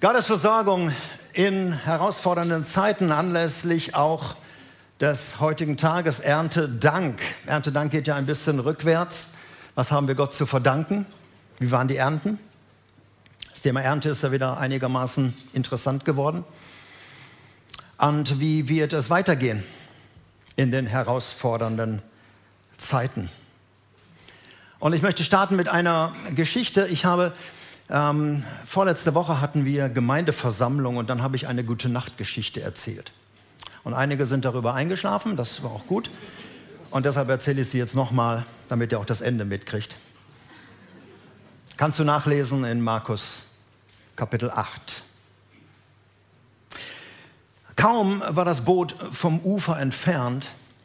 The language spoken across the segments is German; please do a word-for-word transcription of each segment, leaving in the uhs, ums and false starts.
Gottes Versorgung in herausfordernden Zeiten anlässlich auch des heutigen Tages Erntedank. Erntedank geht ja ein bisschen rückwärts. Was haben wir Gott zu verdanken? Wie waren die Ernten? Das Thema Ernte ist ja wieder einigermaßen interessant geworden. Und wie wird es weitergehen in den herausfordernden Zeiten? Und ich möchte starten mit einer Geschichte. Ich habe ähm, vorletzte Woche hatten wir Gemeindeversammlung und dann habe ich eine Gute-Nacht-Geschichte erzählt. Und einige sind darüber eingeschlafen, das war auch gut. Und deshalb erzähle ich sie jetzt nochmal, damit ihr auch das Ende mitkriegt. Kannst du nachlesen in Markus Kapitel acht. Kaum war das Boot vom Ufer entfernt,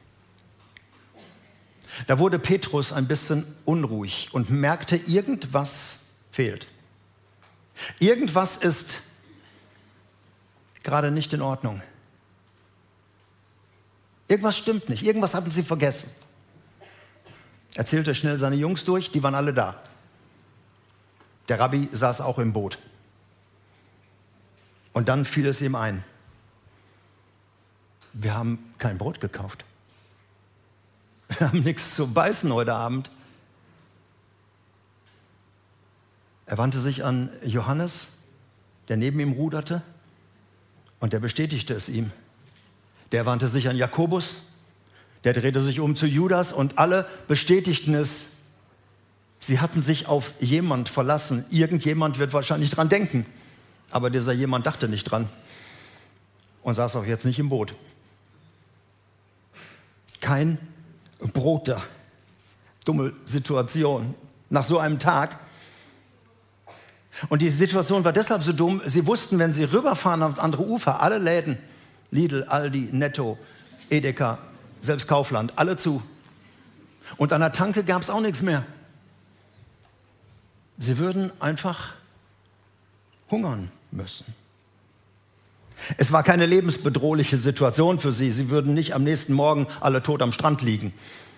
da wurde Petrus ein bisschen unruhig und merkte, irgendwas fehlt. Irgendwas ist gerade nicht in Ordnung. Irgendwas stimmt nicht, irgendwas hatten sie vergessen. Er zählte schnell seine Jungs durch, die waren alle da. Der Rabbi saß auch im Boot. Und dann fiel es ihm ein: Wir haben kein Brot gekauft. Wir haben nichts zu beißen heute Abend. Er wandte sich an Johannes, der neben ihm ruderte, und der bestätigte es ihm. Der wandte sich an Jakobus, der drehte sich um zu Judas, und alle bestätigten es. Sie hatten sich auf jemand verlassen. Irgendjemand wird wahrscheinlich dran denken. Aber dieser jemand dachte nicht dran und saß auch jetzt nicht im Boot. Kein Brot da. Dumme Situation nach so einem Tag. Und die Situation war deshalb so dumm, sie wussten, wenn sie rüberfahren aufs andere Ufer, alle Läden, Lidl, Aldi, Netto, Edeka, selbst Kaufland, alle zu. Und an der Tanke gab es auch nichts mehr. Sie würden einfach hungern müssen. Es war keine lebensbedrohliche Situation für sie. Sie würden nicht am nächsten Morgen alle tot am Strand liegen.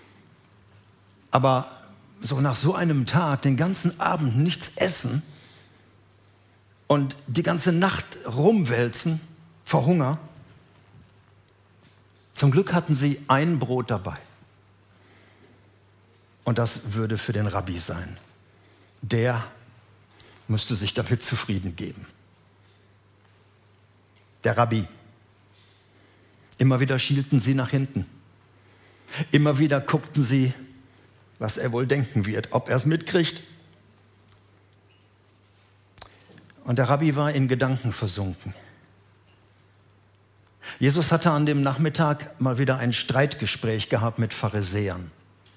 Aber so nach so einem Tag, den ganzen Abend nichts essen und die ganze Nacht rumwälzen vor Hunger. Zum Glück hatten sie ein Brot dabei. Und das würde für den Rabbi sein. Der müsste sich damit zufrieden geben. Der Rabbi. Immer wieder schielten sie nach hinten. Immer wieder guckten sie, was er wohl denken wird, ob er es mitkriegt. Und der Rabbi war in Gedanken versunken. Jesus hatte an dem Nachmittag mal wieder ein Streitgespräch gehabt mit Pharisäern.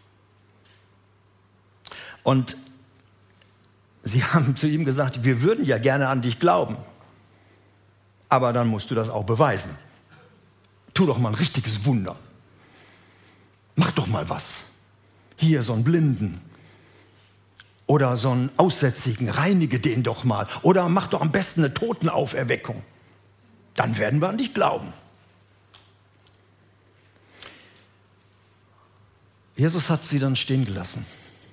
Und sie haben zu ihm gesagt, wir würden ja gerne an dich glauben, aber dann musst du das auch beweisen. Tu doch mal ein richtiges Wunder. Mach doch mal was. Hier so einen Blinden oder so einen Aussätzigen, reinige den doch mal. Oder mach doch am besten eine Totenauferweckung. Dann werden wir an dich glauben. Jesus hat sie dann stehen gelassen.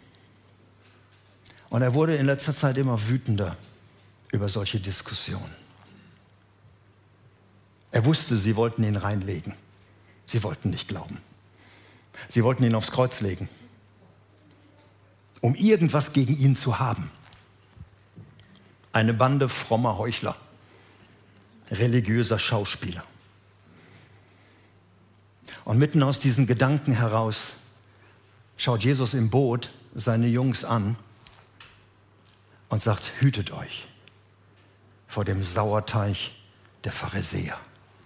Und er wurde in letzter Zeit immer wütender über solche Diskussionen. Er wusste, sie wollten ihn reinlegen. Sie wollten nicht glauben. Sie wollten ihn aufs Kreuz legen, um irgendwas gegen ihn zu haben. Eine Bande frommer Heuchler, religiöser Schauspieler. Und mitten aus diesen Gedanken heraus schaut Jesus im Boot seine Jungs an und sagt, hütet euch vor dem Sauerteig der Pharisäer.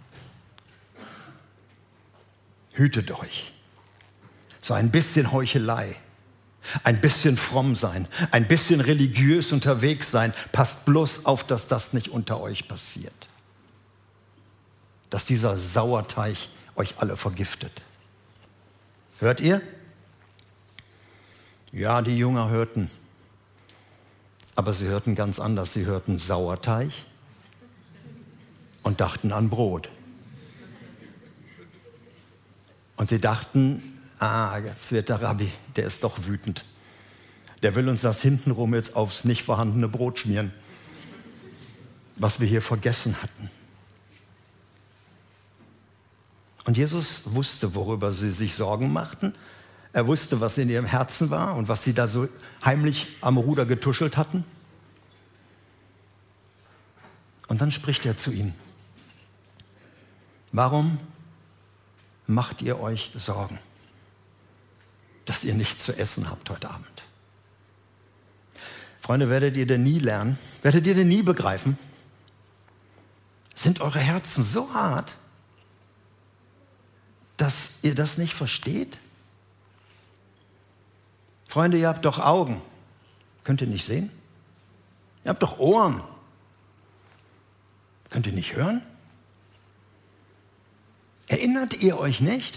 Hütet euch. So ein bisschen Heuchelei, ein bisschen fromm sein, ein bisschen religiös unterwegs sein. Passt bloß auf, dass das nicht unter euch passiert. Dass dieser Sauerteig euch alle vergiftet. Hört ihr? Ja, die Jünger hörten. Aber sie hörten ganz anders. Sie hörten Sauerteig und dachten an Brot. Und sie dachten, ah, jetzt wird der Rabbi, der ist doch wütend. Der will uns das hintenrum jetzt aufs nicht vorhandene Brot schmieren. was wir hier vergessen hatten. Und Jesus wusste, worüber sie sich Sorgen machten. Er wusste, was in ihrem Herzen war und was sie da so heimlich am Ruder getuschelt hatten. Und dann spricht er zu ihnen. Warum macht ihr euch Sorgen, dass ihr nichts zu essen habt heute Abend? Freunde, werdet ihr denn nie lernen? Werdet ihr denn nie begreifen? Sind eure Herzen so hart, dass ihr das nicht versteht? Freunde, ihr habt doch Augen. Könnt ihr nicht sehen? Ihr habt doch Ohren. Könnt ihr nicht hören? Erinnert ihr euch nicht?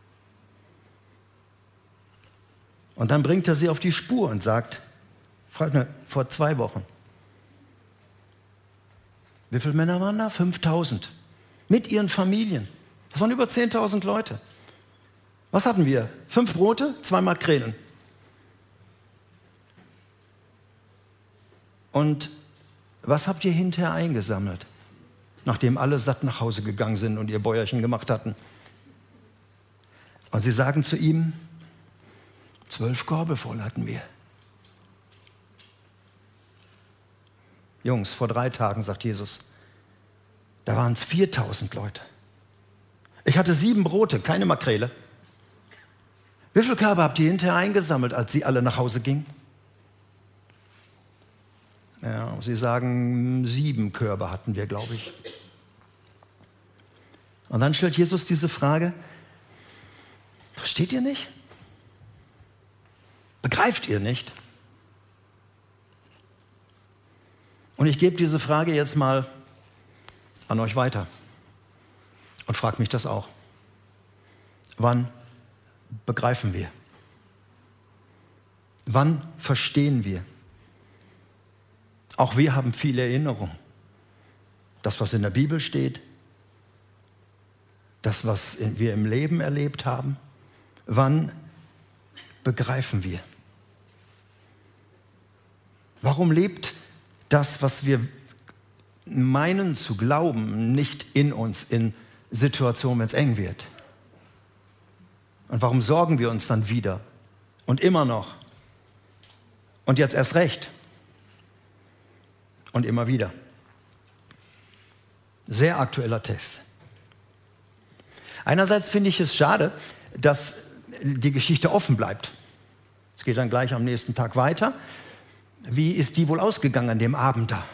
Und dann bringt er sie auf die Spur und sagt, Freunde, vor zwei Wochen, wie viele Männer waren da? fünftausend. Mit ihren Familien. Das waren über zehntausend Leute. Was hatten wir? Fünf Brote, zwei Makrelen. Und was habt ihr hinterher eingesammelt, nachdem alle satt nach Hause gegangen sind und ihr Bäuerchen gemacht hatten? Und sie sagen zu ihm, zwölf Körbe voll hatten wir. Jungs, vor drei Tagen, sagt Jesus, da waren es viertausend Leute. Ich hatte sieben Brote, keine Makrele. Wie viele Körbe habt ihr hinterher eingesammelt, als sie alle nach Hause gingen? Ja, sie sagen, sieben Körbe hatten wir, glaube ich. Und dann stellt Jesus diese Frage, versteht ihr nicht? Begreift ihr nicht? Und ich gebe diese Frage jetzt mal an euch weiter und frage mich das auch. Wann begreifen wir? Wann verstehen wir? Auch wir haben viele Erinnerungen. Das, was in der Bibel steht, das, was wir im Leben erlebt haben. Wann begreifen wir? Warum lebt das, was wir meinen zu glauben, nicht in uns, in Situationen, wenn es eng wird? Und warum sorgen wir uns dann wieder und immer noch und jetzt erst recht und immer wieder? Sehr aktueller Text. Einerseits finde ich es schade, dass die Geschichte offen bleibt. Es geht dann gleich am nächsten Tag weiter. Wie ist die wohl ausgegangen an dem Abend da?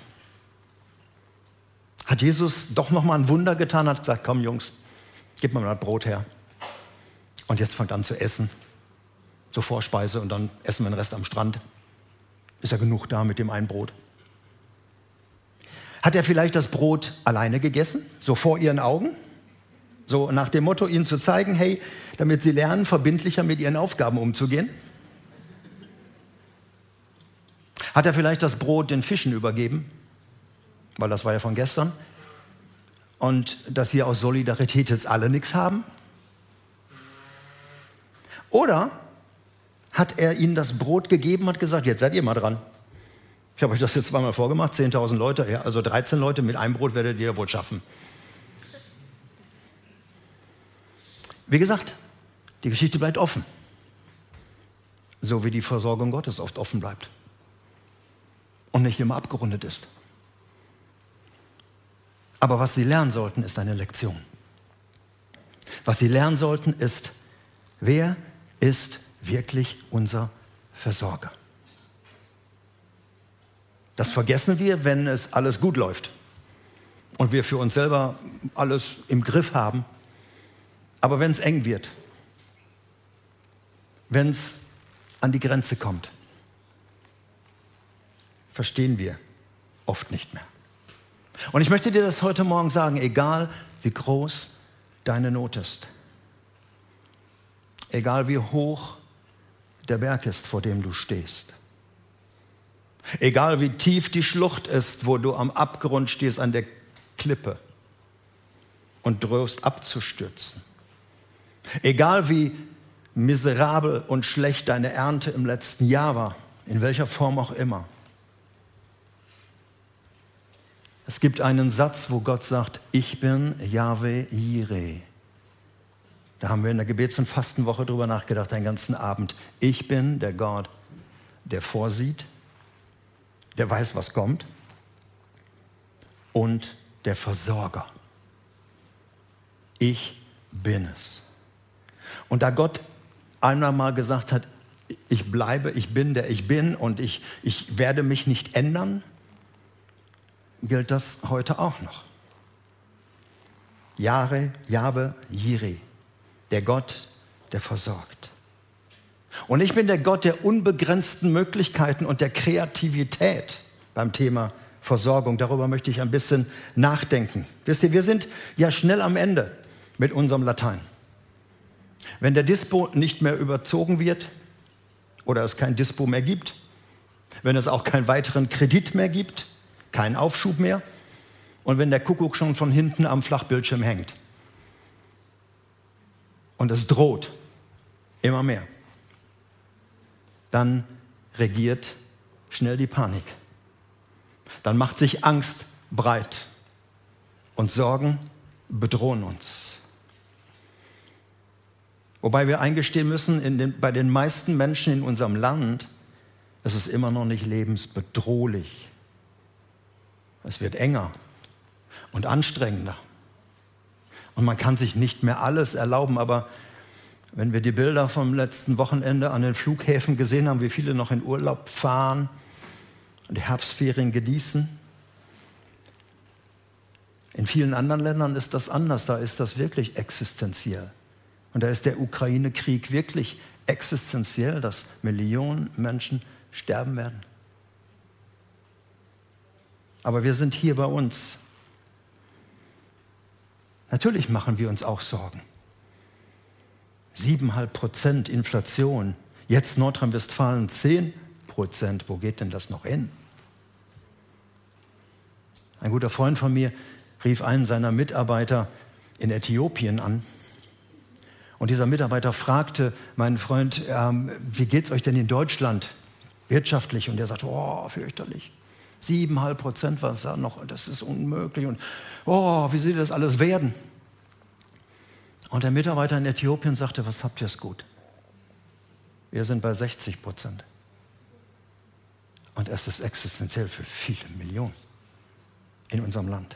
Hat Jesus doch noch mal ein Wunder getan, hat gesagt, komm Jungs, gib mir mal das Brot her. Und jetzt fangt an zu essen. So Vorspeise und dann essen wir den Rest am Strand. Ist ja genug da mit dem einen Brot. Hat er vielleicht das Brot alleine gegessen, so vor ihren Augen? So nach dem Motto, ihnen zu zeigen, hey, damit sie lernen, verbindlicher mit ihren Aufgaben umzugehen? Hat er vielleicht das Brot den Fischen übergeben? Weil das war ja von gestern. Und dass sie aus Solidarität jetzt alle nichts haben? Oder hat er ihnen das Brot gegeben und hat gesagt, jetzt seid ihr mal dran. Ich habe euch das jetzt zweimal vorgemacht, zehntausend Leute, ja, also dreizehn Leute mit einem Brot werdet ihr wohl schaffen. Wie gesagt, die Geschichte bleibt offen. So wie die Versorgung Gottes oft offen bleibt. Und nicht immer abgerundet ist. Aber was sie lernen sollten, ist eine Lektion. Was sie lernen sollten, ist, wer ist wirklich unser Versorger? Das vergessen wir, wenn es alles gut läuft und wir für uns selber alles im Griff haben. Aber wenn es eng wird, wenn es an die Grenze kommt, verstehen wir oft nicht mehr. Und ich möchte dir das heute Morgen sagen, egal wie groß deine Not ist, egal wie hoch der Berg ist, vor dem du stehst, egal wie tief die Schlucht ist, wo du am Abgrund stehst, an der Klippe und drohst abzustürzen, egal wie miserabel und schlecht deine Ernte im letzten Jahr war, in welcher Form auch immer, Es gibt einen Satz, wo Gott sagt, ich bin Jahwe Jireh. Da haben wir in der Gebets- und Fastenwoche drüber nachgedacht, den ganzen Abend. Ich bin der Gott, der vorsieht, der weiß, was kommt und der Versorger. Ich bin es. Und da Gott einmal mal gesagt hat, ich bleibe, ich bin der ich bin und ich, ich werde mich nicht ändern, gilt das heute auch noch. Jahre, Jahwe, Jireh, der Gott, der versorgt. Und ich bin der Gott der unbegrenzten Möglichkeiten und der Kreativität beim Thema Versorgung. Darüber möchte ich ein bisschen nachdenken. Wisst ihr, wir sind ja schnell am Ende mit unserem Latein. Wenn der Dispo nicht mehr überzogen wird oder es kein Dispo mehr gibt, wenn es auch keinen weiteren Kredit mehr gibt, keinen Aufschub mehr und wenn der Kuckuck schon von hinten am Flachbildschirm hängt. Und es droht immer mehr. Dann regiert schnell die Panik. Dann macht sich Angst breit und Sorgen bedrohen uns. Wobei wir eingestehen müssen, in den, bei den meisten Menschen in unserem Land ist es immer noch nicht lebensbedrohlich. Es wird enger und anstrengender. Und man kann sich nicht mehr alles erlauben, aber wenn wir die Bilder vom letzten Wochenende an den Flughäfen gesehen haben, wie viele noch in Urlaub fahren und die Herbstferien genießen. In vielen anderen Ländern ist das anders, da ist das wirklich existenziell. Und da ist der Ukraine-Krieg wirklich existenziell, dass Millionen Menschen sterben werden. Aber wir sind hier bei uns. Natürlich machen wir uns auch Sorgen. Siebeneinhalb Prozent Inflation, jetzt Nordrhein-Westfalen zehn Prozent. Wo geht denn das noch hin? Ein guter Freund von mir rief einen seiner Mitarbeiter in Äthiopien an. Und dieser Mitarbeiter fragte meinen Freund, ähm, wie geht es euch denn in Deutschland wirtschaftlich? Und er sagte, oh, fürchterlich. Siebeneinhalb Prozent war es da noch, das ist unmöglich. Und oh, wie soll das alles werden? Und der Mitarbeiter in Äthiopien sagte, was habt ihr es gut? Wir sind bei sechzig Prozent. Und es ist existenziell für viele Millionen in unserem Land.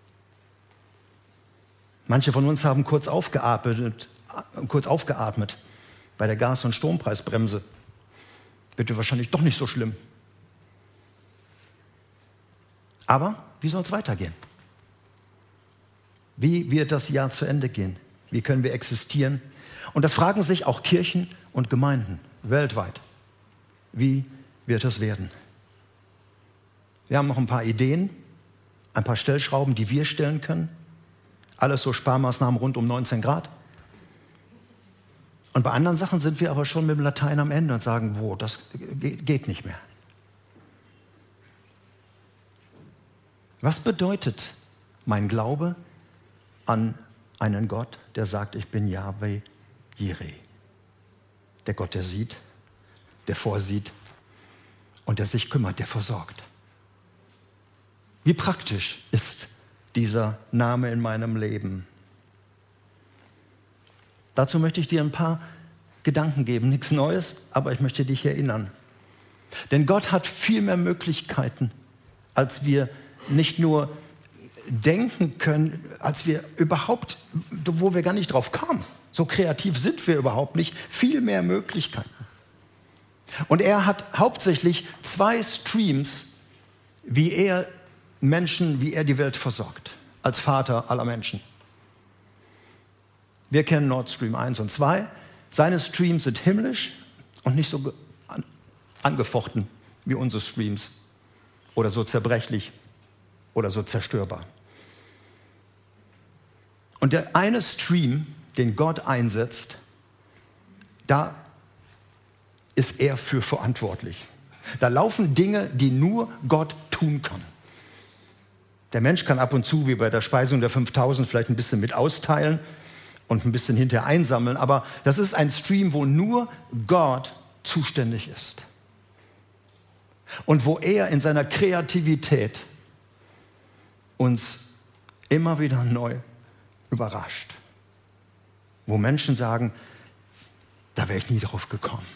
Manche von uns haben kurz aufgeatmet, kurz aufgeatmet bei der Gas- und Strompreisbremse. Wird wahrscheinlich doch nicht so schlimm. Aber wie soll es weitergehen? Wie wird das Jahr zu Ende gehen? Wie können wir existieren? Und das fragen sich auch Kirchen und Gemeinden weltweit. Wie wird es werden? Wir haben noch ein paar Ideen, ein paar Stellschrauben, die wir stellen können. Alles so Sparmaßnahmen rund um neunzehn Grad. Und bei anderen Sachen sind wir aber schon mit dem Latein am Ende und sagen, wo, das geht nicht mehr. Was bedeutet mein Glaube an einen Gott, der sagt, ich bin Jahwe Jireh? Der Gott, der sieht, der vorsieht und der sich kümmert, der versorgt. Wie praktisch ist dieser Name in meinem Leben? Dazu möchte ich dir ein paar Gedanken geben. Nichts Neues, aber ich möchte dich erinnern. Denn Gott hat viel mehr Möglichkeiten, als wir nicht nur denken können, als wir überhaupt, wo wir gar nicht drauf kamen. So kreativ sind wir überhaupt nicht. Viel mehr Möglichkeiten. Und er hat hauptsächlich zwei Streams, wie er Menschen, wie er die Welt versorgt, als Vater aller Menschen. Wir kennen Nord Stream eins und zwei. Seine Streams sind himmlisch und nicht so angefochten wie unsere Streams oder so zerbrechlich oder so zerstörbar. Und der eine Stream, den Gott einsetzt, da ist er für verantwortlich. Da laufen Dinge, die nur Gott tun kann. Der Mensch kann ab und zu, wie bei der Speisung der fünftausend, vielleicht ein bisschen mit austeilen und ein bisschen hinterher einsammeln, aber das ist ein Stream, wo nur Gott zuständig ist. Und wo er in seiner Kreativität uns immer wieder neu überrascht. Wo Menschen sagen, da wäre ich nie drauf gekommen.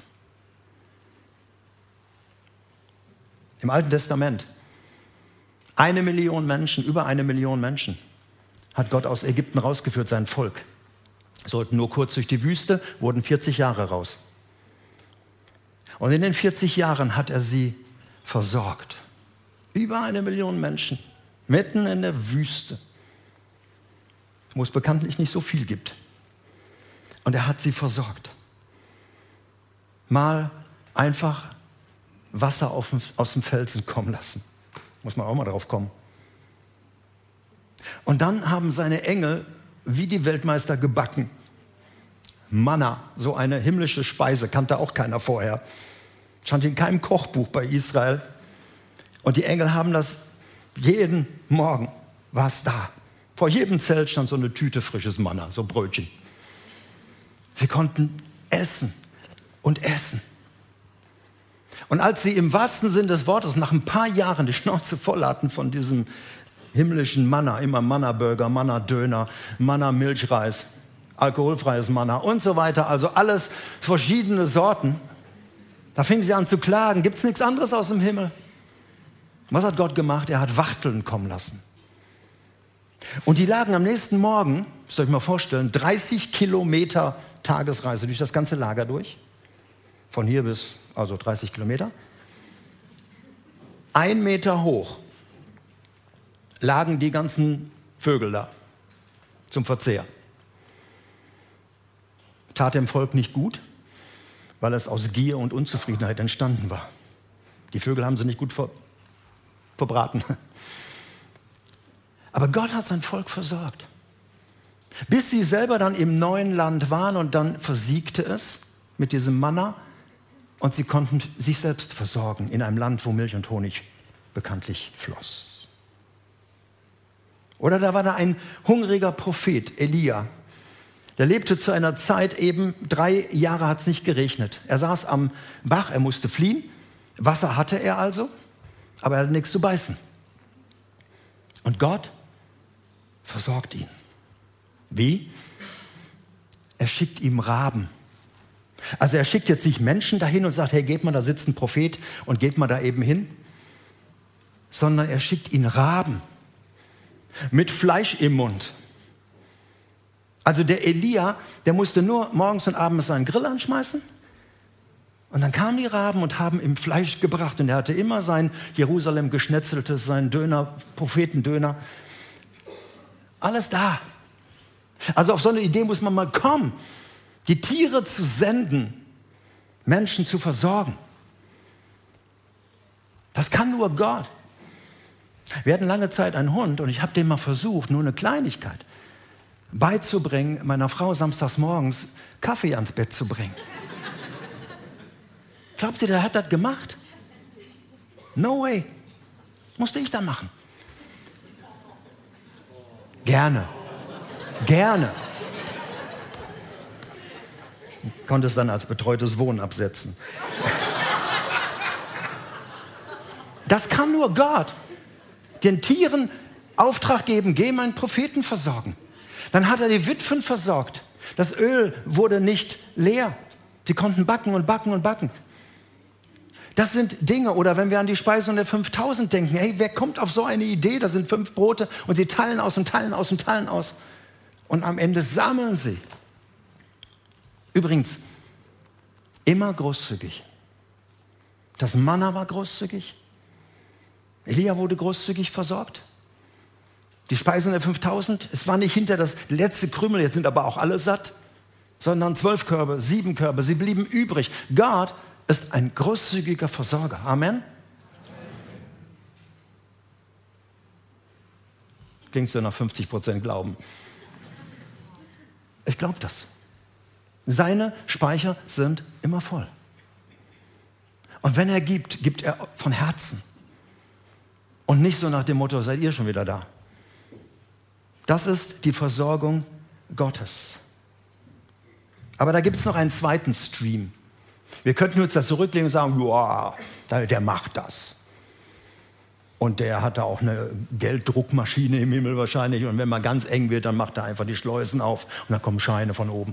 Im Alten Testament, eine Million Menschen, über eine Million Menschen, hat Gott aus Ägypten rausgeführt, sein Volk. Sollten nur kurz durch die Wüste, wurden vierzig Jahre raus. Und in den vierzig Jahren hat er sie versorgt. Über eine Million Menschen, mitten in der Wüste, wo es bekanntlich nicht so viel gibt. Und er hat sie versorgt. Mal einfach Wasser auf dem, aus dem Felsen kommen lassen. Muss man auch mal drauf kommen. Und dann haben seine Engel wie die Weltmeister gebacken. Manna, so eine himmlische Speise, kannte auch keiner vorher. Stand in keinem Kochbuch bei Israel. Und die Engel haben das jeden Morgen, war es da. Vor jedem Zelt stand so eine Tüte frisches Manna, so Brötchen. Sie konnten essen und essen. Und als sie im wahrsten Sinn des Wortes nach ein paar Jahren die Schnauze voll hatten von diesem himmlischen Manna, immer Manna-Burger, Manna-Döner, Manna-Milchreis, alkoholfreies Manna und so weiter, also alles verschiedene Sorten, da fingen sie an zu klagen, gibt es nichts anderes aus dem Himmel? Was hat Gott gemacht? Er hat Wachteln kommen lassen. Und die lagen am nächsten Morgen, müsst ihr euch mal vorstellen, dreißig Kilometer Tagesreise durch das ganze Lager durch. Von hier bis, also dreißig Kilometer. Ein Meter hoch lagen die ganzen Vögel da zum Verzehr. Tat dem Volk nicht gut, weil es aus Gier und Unzufriedenheit entstanden war. Die Vögel haben sie nicht gut ver- verbraten. Aber Gott hat sein Volk versorgt. Bis sie selber dann im neuen Land waren und dann versiegte es mit diesem Manna und sie konnten sich selbst versorgen in einem Land, wo Milch und Honig bekanntlich floss. Oder da war da ein hungriger Prophet, Elia. Der lebte zu einer Zeit eben, drei Jahre hat es nicht geregnet. Er saß am Bach, er musste fliehen. Wasser hatte er also, aber er hatte nichts zu beißen. Und Gott versorgt ihn. Wie? Er schickt ihm Raben. Also er schickt jetzt nicht Menschen dahin und sagt, hey, geht mal, da sitzt ein Prophet und geht mal da eben hin. Sondern er schickt ihn Raben mit Fleisch im Mund. Also der Elia, der musste nur morgens und abends seinen Grill anschmeißen. Und dann kamen die Raben und haben ihm Fleisch gebracht. Und er hatte immer sein Jerusalem geschnetzeltes, seinen Döner, Prophetendöner. Alles da. Also auf so eine Idee muss man mal kommen, die Tiere zu senden, Menschen zu versorgen. Das kann nur Gott. Wir hatten lange Zeit einen Hund und ich habe dem mal versucht, nur eine Kleinigkeit beizubringen, meiner Frau samstags morgens Kaffee ans Bett zu bringen. Glaubt ihr, der hat das gemacht? No way. Musste ich dann machen. Gerne. Gerne. Konnte es dann als betreutes Wohnen absetzen. Das kann nur Gott. Den Tieren Auftrag geben, geh meinen Propheten versorgen. Dann hat er die Witwen versorgt. Das Öl wurde nicht leer. Sie konnten backen und backen und backen. Das sind Dinge, oder wenn wir an die Speisung der fünftausend denken, hey, wer kommt auf so eine Idee? Da sind fünf Brote und sie teilen aus und teilen aus und teilen aus. Und am Ende sammeln sie. Übrigens, immer großzügig. Das Manna war großzügig. Elia wurde großzügig versorgt. Die Speisung der fünftausend, es war nicht hinter das letzte Krümel, jetzt sind aber auch alle satt, sondern zwölf Körbe, sieben Körbe, sie blieben übrig. Gott ist ein großzügiger Versorger. Amen. Klingt so nach fünfzig Prozent Glauben. Ich glaube das. Seine Speicher sind immer voll. Und wenn er gibt, gibt er von Herzen. Und nicht so nach dem Motto, seid ihr schon wieder da. Das ist die Versorgung Gottes. Aber da gibt es noch einen zweiten Stream. Wir könnten uns das zurücklegen und sagen, wow, der macht das. Und der hat da auch eine Gelddruckmaschine im Himmel wahrscheinlich. Und wenn man ganz eng wird, dann macht er einfach die Schleusen auf und dann kommen Scheine von oben.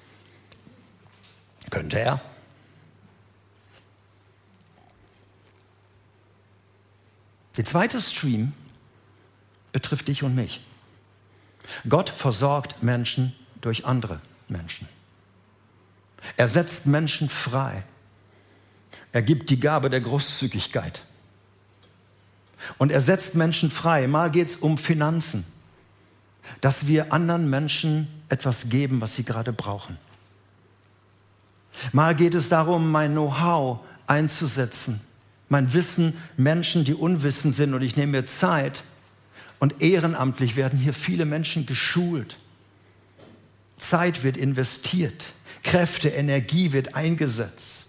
Könnte er. Der zweite Stream betrifft dich und mich. Gott versorgt Menschen durch andere Menschen. Er setzt Menschen frei. Er gibt die Gabe der Großzügigkeit. Und er setzt Menschen frei. Mal geht es um Finanzen, dass wir anderen Menschen etwas geben, was sie gerade brauchen. Mal geht es darum, mein Know-how einzusetzen, mein Wissen, Menschen, die unwissend sind, und ich nehme mir Zeit. Und ehrenamtlich werden hier viele Menschen geschult. Zeit wird investiert, Kräfte, Energie wird eingesetzt.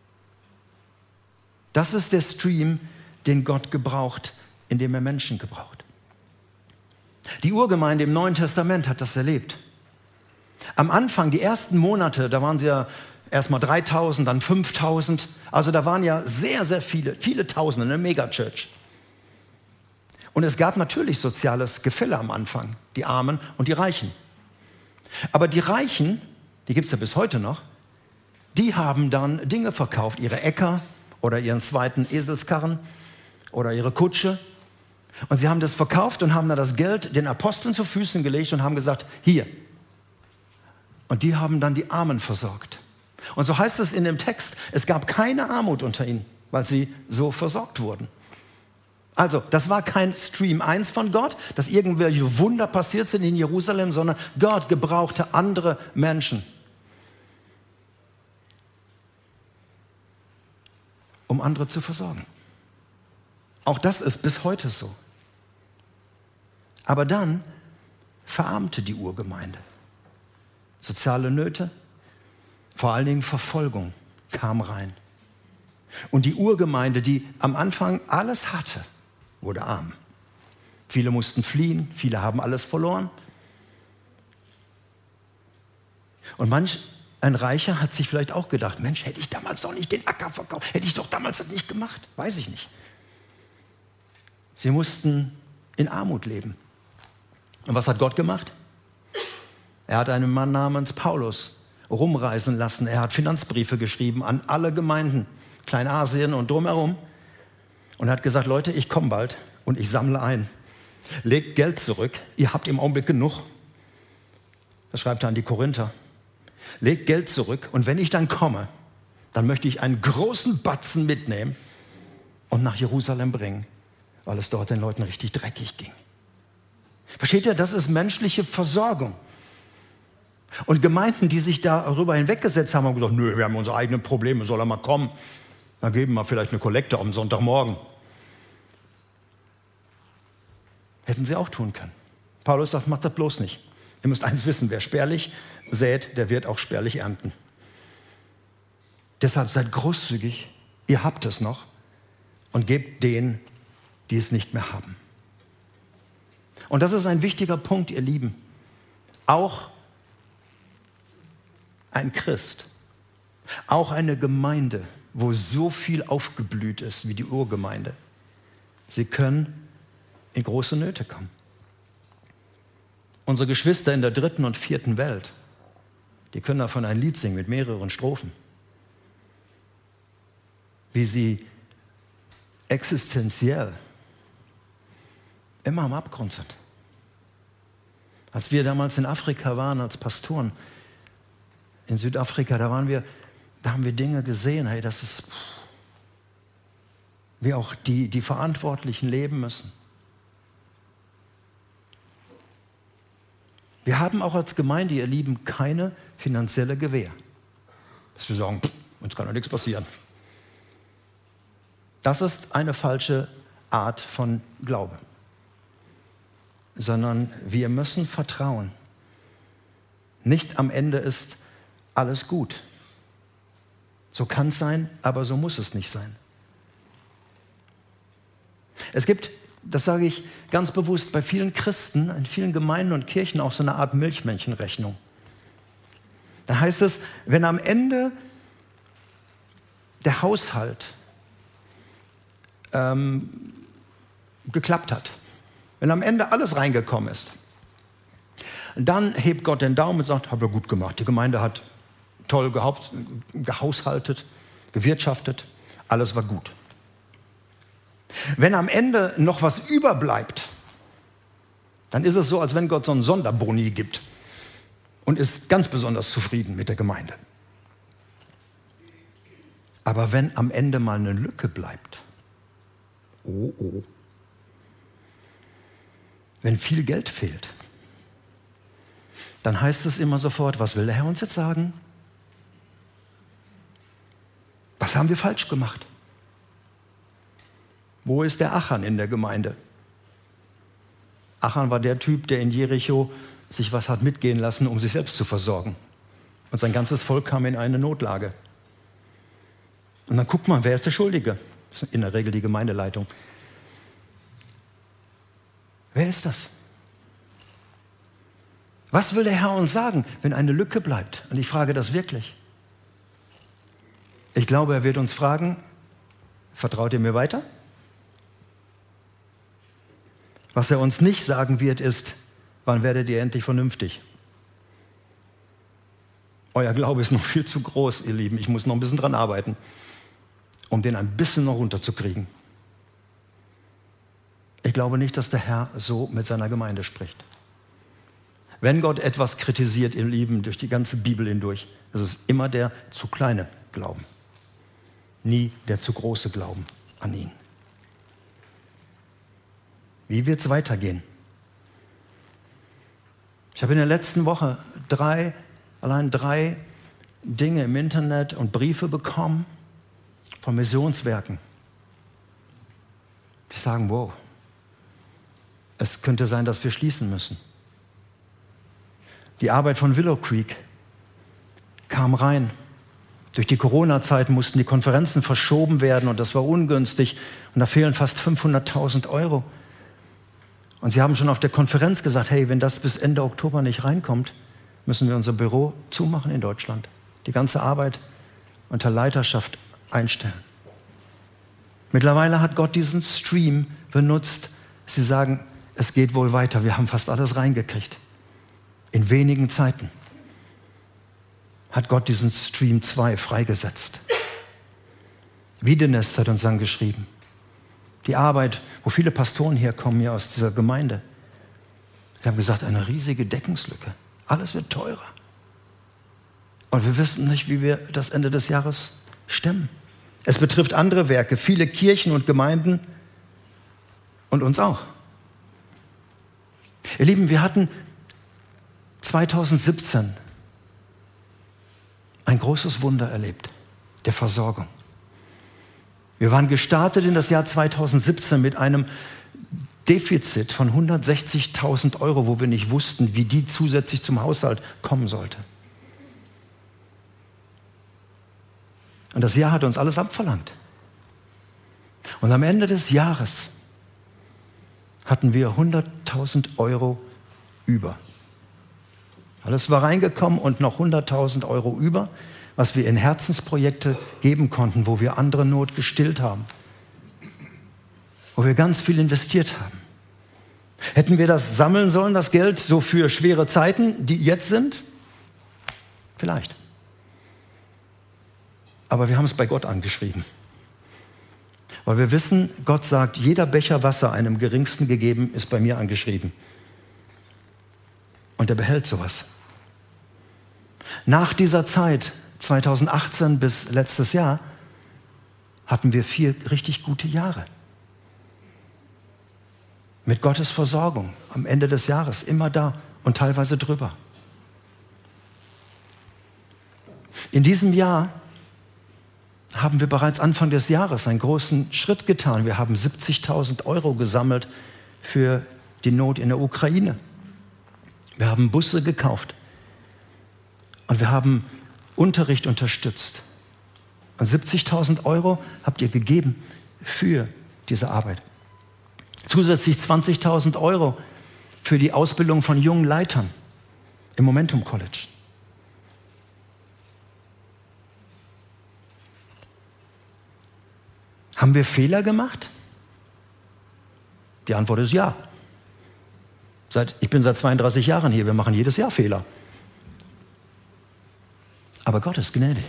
Das ist der Stream, den Gott gebraucht, indem er Menschen gebraucht. Die Urgemeinde im Neuen Testament hat das erlebt. Am Anfang, die ersten Monate, da waren sie ja erstmal dreitausend, dann fünftausend. Also da waren ja sehr, sehr viele, viele Tausende, eine Megachurch. Und es gab natürlich soziales Gefälle am Anfang, die Armen und die Reichen. Aber die Reichen, die gibt es ja bis heute noch, die haben dann Dinge verkauft, ihre Äcker oder ihren zweiten Eselskarren oder ihre Kutsche. Und sie haben das verkauft und haben dann das Geld den Aposteln zu Füßen gelegt und haben gesagt, hier. Und die haben dann die Armen versorgt. Und so heißt es in dem Text, es gab keine Armut unter ihnen, weil sie so versorgt wurden. Also, das war kein Stream eins von Gott, dass irgendwelche Wunder passiert sind in Jerusalem, sondern Gott gebrauchte andere Menschen, um andere zu versorgen. Auch das ist bis heute so. Aber dann verarmte die Urgemeinde. Soziale Nöte, vor allen Dingen Verfolgung kam rein. Und die Urgemeinde, die am Anfang alles hatte, wurde arm. Viele mussten fliehen, viele haben alles verloren. Und manch ein Reicher hat sich vielleicht auch gedacht, Mensch, hätte ich damals doch nicht den Acker verkauft, hätte ich doch damals das nicht gemacht, weiß ich nicht. Sie mussten in Armut leben. Und was hat Gott gemacht? Er hat einen Mann namens Paulus rumreisen lassen. Er hat Finanzbriefe geschrieben an alle Gemeinden, Kleinasien und drumherum. Und hat gesagt, Leute, ich komme bald und ich sammle ein. Legt Geld zurück, ihr habt im Augenblick genug. Das schreibt er an die Korinther. Legt Geld zurück und wenn ich dann komme, dann möchte ich einen großen Batzen mitnehmen und nach Jerusalem bringen, weil es dort den Leuten richtig dreckig ging. Versteht ihr, das ist menschliche Versorgung. Und Gemeinden, die sich darüber hinweggesetzt haben, haben gesagt, nö, wir haben unsere eigenen Probleme, soll er mal kommen. Dann geben wir vielleicht eine Kollekte am Sonntagmorgen. Hätten sie auch tun können. Paulus sagt, macht das bloß nicht. Ihr müsst eins wissen, wer spärlich sät, der wird auch spärlich ernten. Deshalb seid großzügig, ihr habt es noch und gebt denen, die es nicht mehr haben. Und das ist ein wichtiger Punkt, ihr Lieben. Auch ein Christ, auch eine Gemeinde, wo so viel aufgeblüht ist wie die Urgemeinde, sie können in große Nöte kommen. Unsere Geschwister in der dritten und vierten Welt, die können davon ein Lied singen mit mehreren Strophen, wie sie existenziell immer am Abgrund sind. Als wir damals in Afrika waren als Pastoren, in Südafrika, da waren wir, da haben wir Dinge gesehen, hey, das ist, wie auch die, die Verantwortlichen leben müssen. Wir haben auch als Gemeinde, ihr Lieben, keine finanzielle Gewähr. Dass wir sagen, pff, uns kann doch nichts passieren. Das ist eine falsche Art von Glaube. Sondern wir müssen vertrauen. Nicht am Ende ist alles gut. So kann es sein, aber so muss es nicht sein. Es gibt, das sage ich ganz bewusst, bei vielen Christen, in vielen Gemeinden und Kirchen auch so eine Art Milchmännchenrechnung. Da heißt es, wenn am Ende der Haushalt ähm, geklappt hat, wenn am Ende alles reingekommen ist, dann hebt Gott den Daumen und sagt, habt ihr gut gemacht. Die Gemeinde hat toll gehaupt, gehaushaltet, gewirtschaftet, alles war gut. Wenn am Ende noch was überbleibt, dann ist es so, als wenn Gott so einen Sonderboni gibt und ist ganz besonders zufrieden mit der Gemeinde. Aber wenn am Ende mal eine Lücke bleibt, oh oh, wenn viel Geld fehlt, dann heißt es immer sofort, was will der Herr uns jetzt sagen? Was haben wir falsch gemacht? Wo ist der Achan in der Gemeinde? Achan war der Typ, der in Jericho sich was hat mitgehen lassen, um sich selbst zu versorgen. Und sein ganzes Volk kam in eine Notlage. Und dann guckt man, wer ist der Schuldige? Das ist in der Regel die Gemeindeleitung. Wer ist das? Was will der Herr uns sagen, wenn eine Lücke bleibt? Und ich frage das wirklich. Ich glaube, er wird uns fragen, vertraut ihr mir weiter? Was er uns nicht sagen wird, ist, wann werdet ihr endlich vernünftig? Euer Glaube ist noch viel zu groß, ihr Lieben. Ich muss noch ein bisschen dran arbeiten, um den ein bisschen noch runterzukriegen. Ich glaube nicht, dass der Herr so mit seiner Gemeinde spricht. Wenn Gott etwas kritisiert, ihr Lieben, durch die ganze Bibel hindurch, ist es immer der zu kleine Glauben. Nie der zu große Glauben an ihn. Wie wird es weitergehen? Ich habe in der letzten Woche drei, allein drei Dinge im Internet und Briefe bekommen von Missionswerken. Die sagen, wow, es könnte sein, dass wir schließen müssen. Die Arbeit von Willow Creek kam rein. Durch die Corona-Zeit mussten die Konferenzen verschoben werden und das war ungünstig. Und da fehlen fast fünfhunderttausend Euro. Und sie haben schon auf der Konferenz gesagt, hey, wenn das bis Ende Oktober nicht reinkommt, müssen wir unser Büro zumachen in Deutschland. Die ganze Arbeit unter Leiterschaft einstellen. Mittlerweile hat Gott diesen Stream benutzt. Sie sagen, es geht wohl weiter. Wir haben fast alles reingekriegt. In wenigen Zeiten hat Gott diesen Stream zwei freigesetzt. Wiedenest hat uns dann geschrieben. Die Arbeit, wo viele Pastoren herkommen, hier aus dieser Gemeinde. Sie haben gesagt, eine riesige Deckungslücke. Alles wird teurer. Und wir wissen nicht, wie wir das Ende des Jahres stemmen. Es betrifft andere Werke, viele Kirchen und Gemeinden und uns auch. Ihr Lieben, wir hatten zweitausendsiebzehn ein großes Wunder erlebt, der Versorgung. Wir waren gestartet in das Jahr zweitausendsiebzehn mit einem Defizit von hundertsechzigtausend Euro, wo wir nicht wussten, wie die zusätzlich zum Haushalt kommen sollte. Und das Jahr hat uns alles abverlangt. Und am Ende des Jahres hatten wir hunderttausend Euro über. Alles war reingekommen und noch hunderttausend Euro über, was wir in Herzensprojekte geben konnten, wo wir andere Not gestillt haben, wo wir ganz viel investiert haben. Hätten wir das sammeln sollen, das Geld, so für schwere Zeiten, die jetzt sind? Vielleicht. Aber wir haben es bei Gott angeschrieben. Weil wir wissen, Gott sagt, jeder Becher Wasser einem Geringsten gegeben, ist bei mir angeschrieben. Und er behält sowas. Nach dieser Zeit, zweitausendachtzehn bis letztes Jahr, hatten wir vier richtig gute Jahre. Mit Gottes Versorgung am Ende des Jahres, immer da und teilweise drüber. In diesem Jahr haben wir bereits Anfang des Jahres einen großen Schritt getan. Wir haben siebzigtausend Euro gesammelt für die Not in der Ukraine. Wir haben Busse gekauft und wir haben Unterricht unterstützt. Und siebzigtausend Euro habt ihr gegeben für diese Arbeit. Zusätzlich zwanzigtausend Euro für die Ausbildung von jungen Leitern im Momentum College. Haben wir Fehler gemacht? Die Antwort ist ja. Seit, ich bin seit zweiunddreißig Jahren hier, wir machen jedes Jahr Fehler. Aber Gott ist gnädig.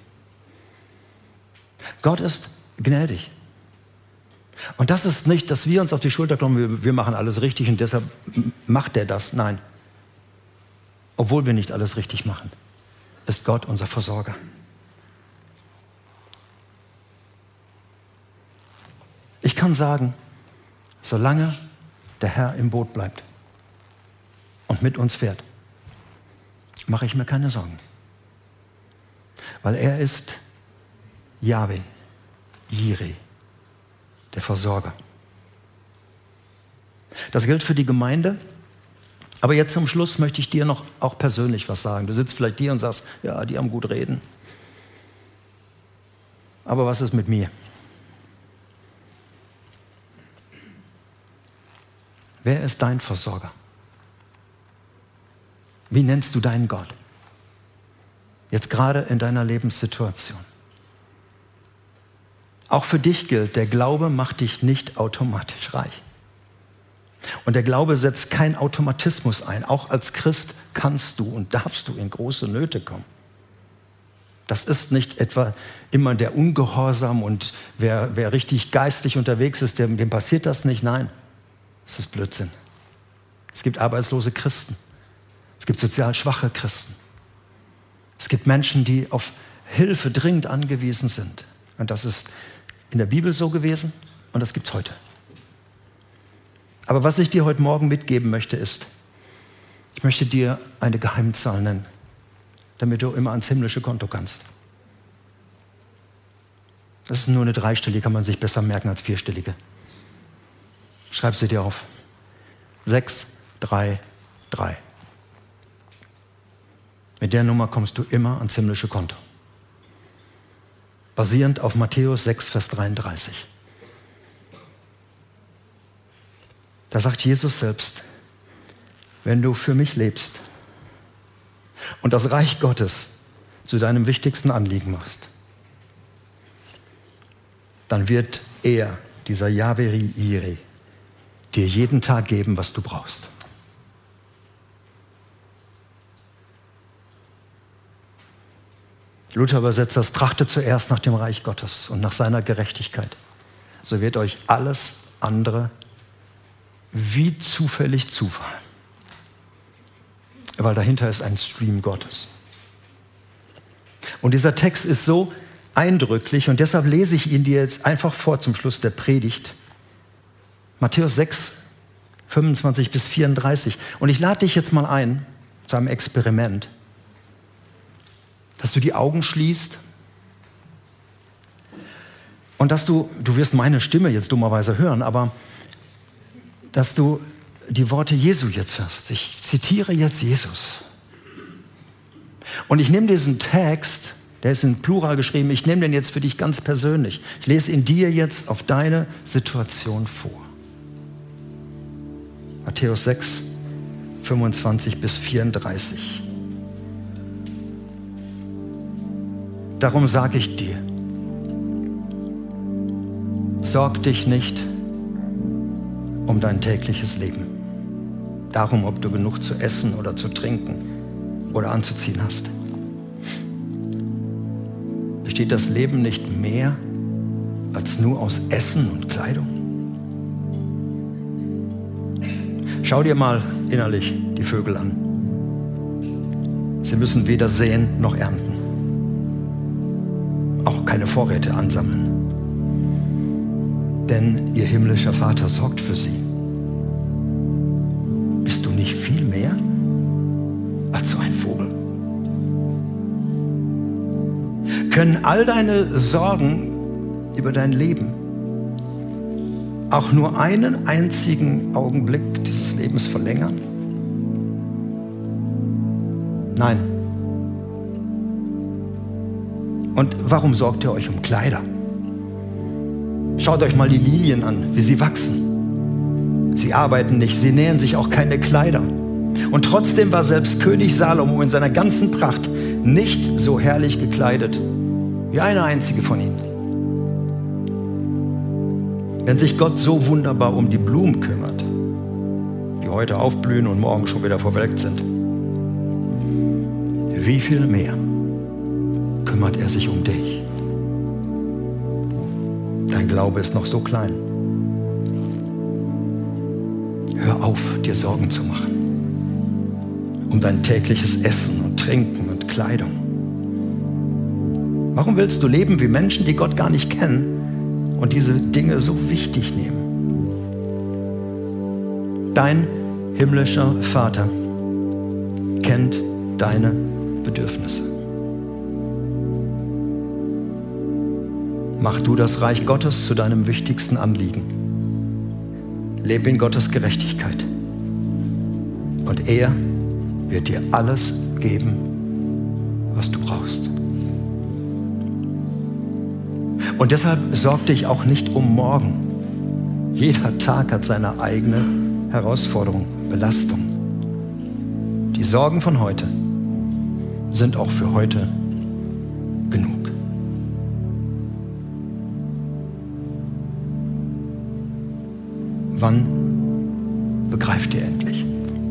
Gott ist gnädig. Und das ist nicht, dass wir uns auf die Schulter klopfen, wir, wir machen alles richtig und deshalb macht er das. Nein. Obwohl wir nicht alles richtig machen, ist Gott unser Versorger. Ich kann sagen, solange der Herr im Boot bleibt und mit uns fährt, mache ich mir keine Sorgen. Weil er ist Jahwe, Jireh, der Versorger. Das gilt für die Gemeinde. Aber jetzt zum Schluss möchte ich dir noch auch persönlich was sagen. Du sitzt vielleicht hier und sagst, ja, die haben gut reden. Aber was ist mit mir? Wer ist dein Versorger? Wie nennst du deinen Gott? Jetzt gerade in deiner Lebenssituation. Auch für dich gilt, der Glaube macht dich nicht automatisch reich. Und der Glaube setzt keinen Automatismus ein. Auch als Christ kannst du und darfst du in große Nöte kommen. Das ist nicht etwa immer der Ungehorsam und wer, wer richtig geistig unterwegs ist, dem, dem passiert das nicht. Nein, das ist Blödsinn. Es gibt arbeitslose Christen. Es gibt sozial schwache Christen. Es gibt Menschen, die auf Hilfe dringend angewiesen sind. Und das ist in der Bibel so gewesen und das gibt es heute. Aber was ich dir heute Morgen mitgeben möchte, ist, ich möchte dir eine Geheimzahl nennen, damit du immer ans himmlische Konto kannst. Das ist nur eine dreistellige, kann man sich besser merken als vierstellige. Schreib sie dir auf. sechs drei drei. Mit der Nummer kommst du immer ans himmlische Konto. Basierend auf Matthäus sechs, Vers dreiunddreißig. Da sagt Jesus selbst, wenn du für mich lebst und das Reich Gottes zu deinem wichtigsten Anliegen machst, dann wird er, dieser Jahwe Jireh, dir jeden Tag geben, was du brauchst. Luther übersetzt das, trachtet zuerst nach dem Reich Gottes und nach seiner Gerechtigkeit. So wird euch alles andere wie zufällig zufallen. Weil dahinter ist ein Stream Gottes. Und dieser Text ist so eindrücklich und deshalb lese ich ihn dir jetzt einfach vor zum Schluss der Predigt. Matthäus sechs, fünfundzwanzig bis vierunddreißig. Und ich lade dich jetzt mal ein zu einem Experiment, dass du die Augen schließt und dass du, du wirst meine Stimme jetzt dummerweise hören, aber dass du die Worte Jesu jetzt hörst. Ich zitiere jetzt Jesus. Und ich nehme diesen Text, der ist in Plural geschrieben, ich nehme den jetzt für dich ganz persönlich. Ich lese ihn dir jetzt auf deine Situation vor. Matthäus sechs, fünfundzwanzig bis vierunddreißig. Darum sage ich dir, sorg dich nicht um dein tägliches Leben. Darum, ob du genug zu essen oder zu trinken oder anzuziehen hast. Besteht das Leben nicht mehr als nur aus Essen und Kleidung? Schau dir mal innerlich die Vögel an. Sie müssen weder säen noch ernten. Auch keine Vorräte ansammeln. Denn ihr himmlischer Vater sorgt für sie. Bist du nicht viel mehr als so ein Vogel? Können all deine Sorgen über dein Leben auch nur einen einzigen Augenblick dieses Lebens verlängern? Nein. Und warum sorgt ihr euch um Kleider? Schaut euch mal die Lilien an, wie sie wachsen. Sie arbeiten nicht, sie nähen sich auch keine Kleider. Und trotzdem war selbst König Salomo in seiner ganzen Pracht nicht so herrlich gekleidet wie eine einzige von ihnen. Wenn sich Gott so wunderbar um die Blumen kümmert, die heute aufblühen und morgen schon wieder verwelkt sind, wie viel mehr kümmert er sich um dich? Dein Glaube ist noch so klein. Hör auf, dir Sorgen zu machen um dein tägliches Essen und Trinken und Kleidung. Warum willst du leben wie Menschen, die Gott gar nicht kennen und diese Dinge so wichtig nehmen? Dein himmlischer Vater kennt deine Bedürfnisse. Mach du das Reich Gottes zu deinem wichtigsten Anliegen. Lebe in Gottes Gerechtigkeit. Und er wird dir alles geben, was du brauchst. Und deshalb sorg dich auch nicht um morgen. Jeder Tag hat seine eigene Herausforderung, Belastung. Die Sorgen von heute sind auch für heute genug. Wann begreift ihr endlich?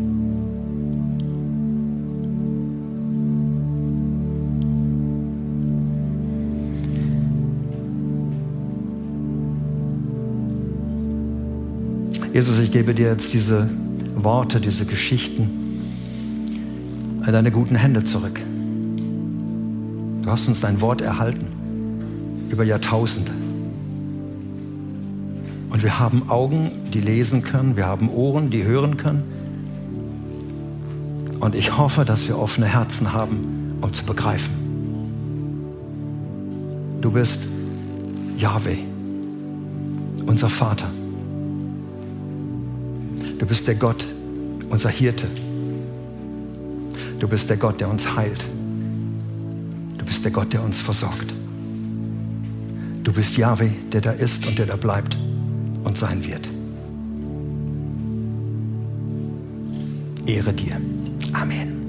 Jesus, ich gebe dir jetzt diese Worte, diese Geschichten in deine guten Hände zurück. Du hast uns dein Wort erhalten über Jahrtausende. Und wir haben Augen, die lesen können, wir haben Ohren, die hören können. Und ich hoffe, dass wir offene Herzen haben, um zu begreifen. Du bist Jahwe, unser Vater. Du bist der Gott, unser Hirte. Du bist der Gott, der uns heilt. Du bist der Gott, der uns versorgt. Du bist Jahwe, der da ist und der da bleibt und sein wird. Ehre dir. Amen.